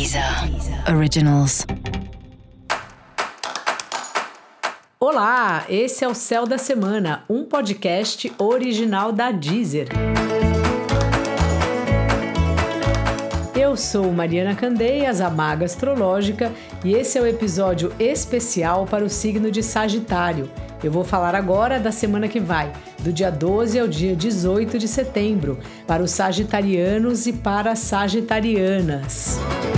Deezer Originals. Olá, esse é o Céu da Semana, um podcast original da Deezer. Eu sou Mariana Candeias, a Maga Astrológica, e esse é o episódio especial para o signo de Sagitário. Eu vou falar agora da semana que vai, do dia 12 ao dia 18 de setembro, para os sagitarianos e para as sagitarianas.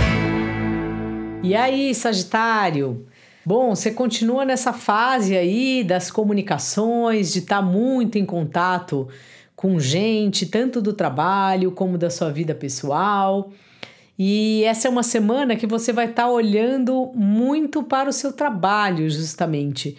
E aí, Sagitário? Bom, você continua nessa fase aí das comunicações, de estar muito em contato com gente, tanto do trabalho como da sua vida pessoal. E essa é uma semana que você vai estar olhando muito para o seu trabalho, justamente.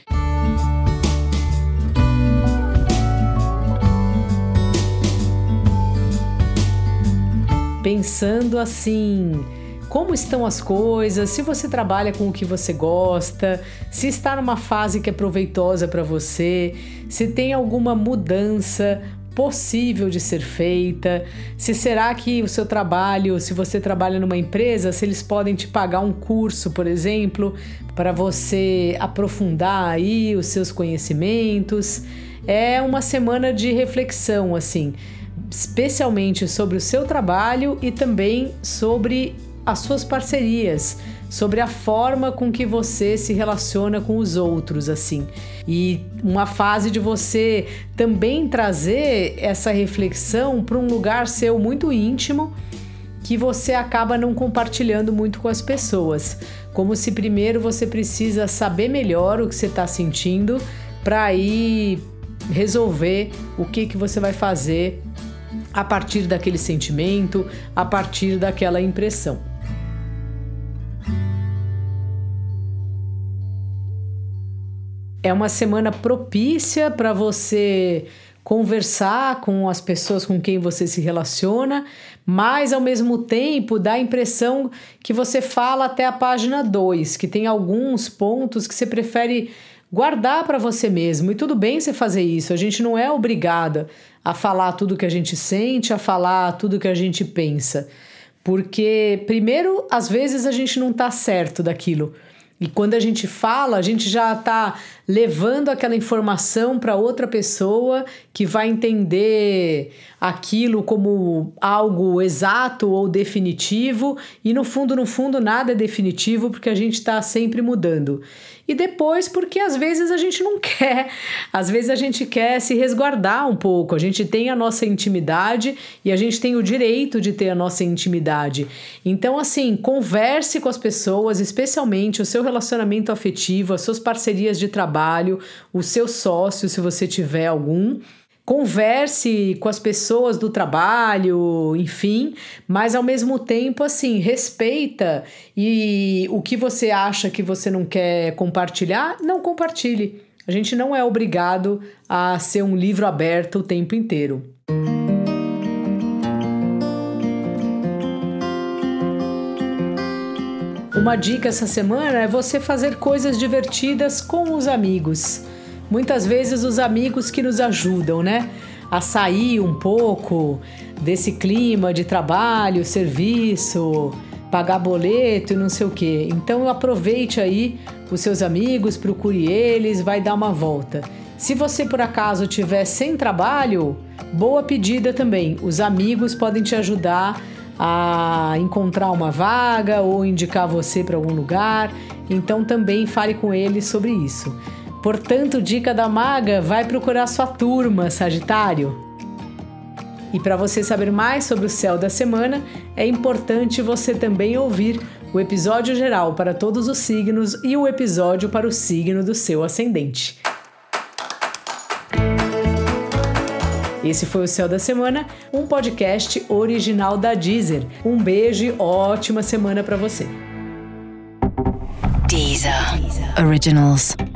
Pensando assim, como estão as coisas, se você trabalha com o que você gosta, se está numa fase que é proveitosa para você, se tem alguma mudança possível de ser feita, se será que o seu trabalho, se você trabalha numa empresa, se eles podem te pagar um curso, por exemplo, para você aprofundar aí os seus conhecimentos. É uma semana de reflexão, assim, especialmente sobre o seu trabalho e também sobre as suas parcerias, sobre a forma com que você se relaciona com os outros, assim. E uma fase de você também trazer essa reflexão para um lugar seu muito íntimo, que você acaba não compartilhando muito com as pessoas. Como se primeiro você precisa saber melhor o que você está sentindo para aí resolver o que você vai fazer a partir daquele sentimento, a partir daquela impressão. É uma semana propícia para você conversar com as pessoas com quem você se relaciona, mas ao mesmo tempo dá a impressão que você fala até a página 2, que tem alguns pontos que você prefere guardar para você mesmo. E tudo bem você fazer isso, a gente não é obrigada a falar tudo que a gente sente, a falar tudo que a gente pensa. Porque, primeiro, às vezes a gente não está certo daquilo. E quando a gente fala, a gente já está levando aquela informação para outra pessoa que vai entender aquilo como algo exato ou definitivo. E no fundo, nada é definitivo porque a gente está sempre mudando. E depois porque às vezes a gente não quer, às vezes a gente quer se resguardar um pouco, a gente tem a nossa intimidade e a gente tem o direito de ter a nossa intimidade. Então assim, converse com as pessoas, especialmente o seu relacionamento afetivo, as suas parcerias de trabalho, o seu sócio, se você tiver algum. Converse com as pessoas do trabalho, enfim, mas ao mesmo tempo, assim, respeita e o que você acha que você não quer compartilhar, não compartilhe. A gente não é obrigado a ser um livro aberto o tempo inteiro. Uma dica essa semana é você fazer coisas divertidas com os amigos. Muitas vezes os amigos que nos ajudam, né? A sair um pouco desse clima de trabalho, serviço, pagar boleto e não sei o quê. Então aproveite aí os seus amigos, procure eles, vai dar uma volta. Se você por acaso estiver sem trabalho, boa pedida também. Os amigos podem te ajudar a encontrar uma vaga ou indicar você para algum lugar. Então também fale com eles sobre isso. Portanto, dica da Maga, vai procurar sua turma, Sagitário. E para você saber mais sobre o céu da semana, é importante você também ouvir o episódio geral para todos os signos e o episódio para o signo do seu ascendente. Esse foi o Céu da Semana, um podcast original da Deezer. Um beijo e ótima semana para você. Deezer Originals.